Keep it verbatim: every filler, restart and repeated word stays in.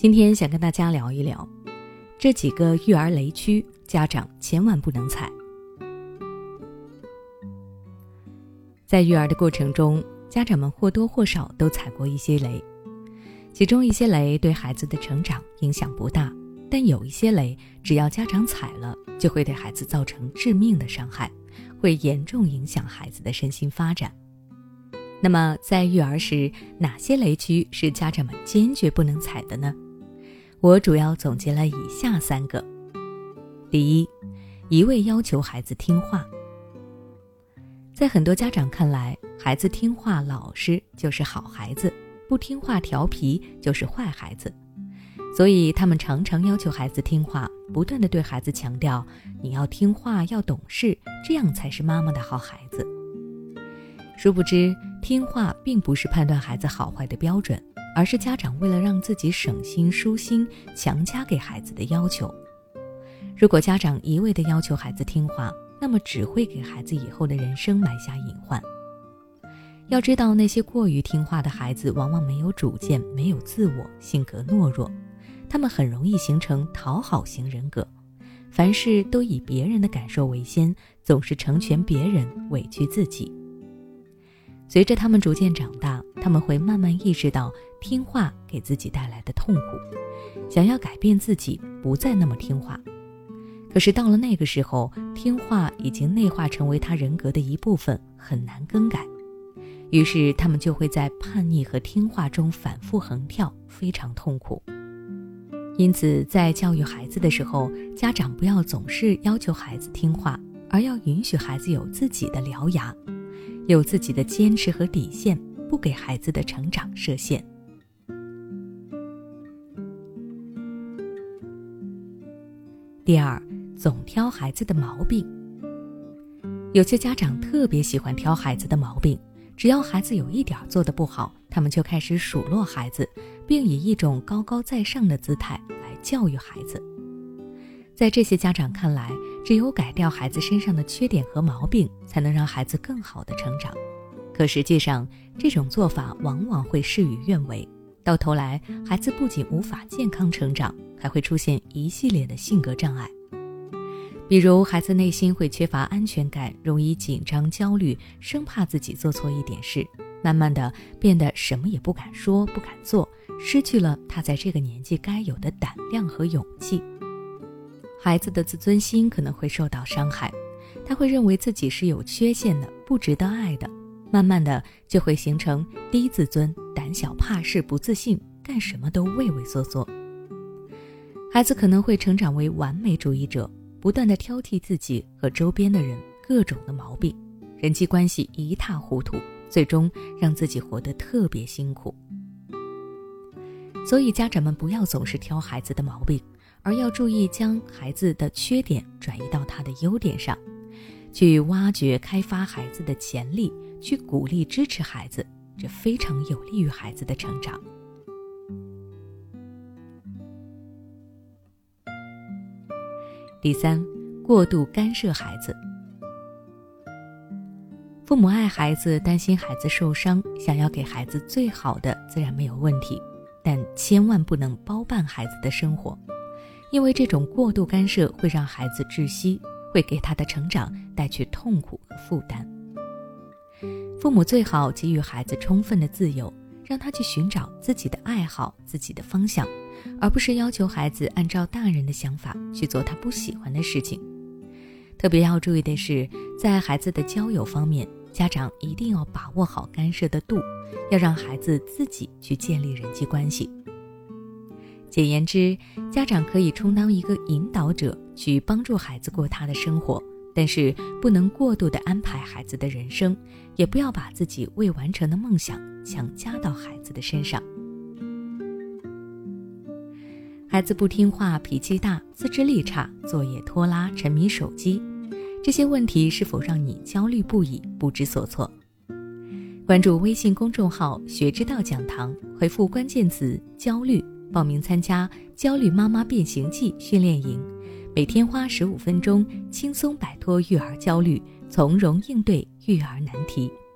今天想跟大家聊一聊这几个育儿雷区，家长千万不能踩。在育儿的过程中，家长们或多或少都踩过一些雷，其中一些雷对孩子的成长影响不大，但有一些雷只要家长踩了，就会对孩子造成致命的伤害，会严重影响孩子的身心发展。那么在育儿时，哪些雷区是家长们坚决不能踩的呢？我主要总结了以下三个。第一，一味要求孩子听话。在很多家长看来，孩子听话老实就是好孩子，不听话调皮就是坏孩子，所以他们常常要求孩子听话，不断地对孩子强调你要听话要懂事，这样才是妈妈的好孩子。殊不知，听话并不是判断孩子好坏的标准，而是家长为了让自己省心舒心强加给孩子的要求。如果家长一味地要求孩子听话，那么只会给孩子以后的人生埋下隐患。要知道，那些过于听话的孩子往往没有主见，没有自我，性格懦弱，他们很容易形成讨好型人格，凡事都以别人的感受为先，总是成全别人，委屈自己。随着他们逐渐长大，他们会慢慢意识到听话给自己带来的痛苦，想要改变自己，不再那么听话。可是到了那个时候，听话已经内化成为他人格的一部分，很难更改。于是他们就会在叛逆和听话中反复横跳，非常痛苦。因此在教育孩子的时候，家长不要总是要求孩子听话，而要允许孩子有自己的獠牙，有自己的坚持和底线，不给孩子的成长设限。第二，总挑孩子的毛病。有些家长特别喜欢挑孩子的毛病，只要孩子有一点做得不好，他们就开始数落孩子，并以一种高高在上的姿态来教育孩子。在这些家长看来，只有改掉孩子身上的缺点和毛病，才能让孩子更好的成长。可实际上，这种做法往往会事与愿违，到头来，孩子不仅无法健康成长，还会出现一系列的性格障碍。比如，孩子内心会缺乏安全感，容易紧张焦虑，生怕自己做错一点事，慢慢的变得什么也不敢说，不敢做，失去了他在这个年纪该有的胆量和勇气。孩子的自尊心可能会受到伤害，他会认为自己是有缺陷的，不值得爱的，慢慢的就会形成低自尊、胆小怕事、不自信，干什么都畏畏缩缩。孩子可能会成长为完美主义者，不断地挑剔自己和周边的人各种的毛病，人际关系一塌糊涂，最终让自己活得特别辛苦。所以家长们不要总是挑孩子的毛病，而要注意将孩子的缺点转移到他的优点上，去挖掘开发孩子的潜力，去鼓励支持孩子，这非常有利于孩子的成长。第三，过度干涉孩子。父母爱孩子，担心孩子受伤，想要给孩子最好的，自然没有问题，但千万不能包办孩子的生活，因为这种过度干涉会让孩子窒息，会给他的成长带去痛苦和负担。父母最好给予孩子充分的自由，让他去寻找自己的爱好，自己的方向，而不是要求孩子按照大人的想法去做他不喜欢的事情。特别要注意的是，在孩子的交友方面，家长一定要把握好干涉的度，要让孩子自己去建立人际关系。简言之，家长可以充当一个引导者，去帮助孩子过他的生活，但是不能过度地安排孩子的人生，也不要把自己未完成的梦想强加到孩子的身上。孩子不听话、脾气大、自制力差、作业拖拉、沉迷手机，这些问题是否让你焦虑不已、不知所措？关注微信公众号学之道讲堂，回复关键词焦虑，报名参加焦虑妈妈变形记训练营，每天花十五分钟，轻松摆脱育儿焦虑，从容应对育儿难题。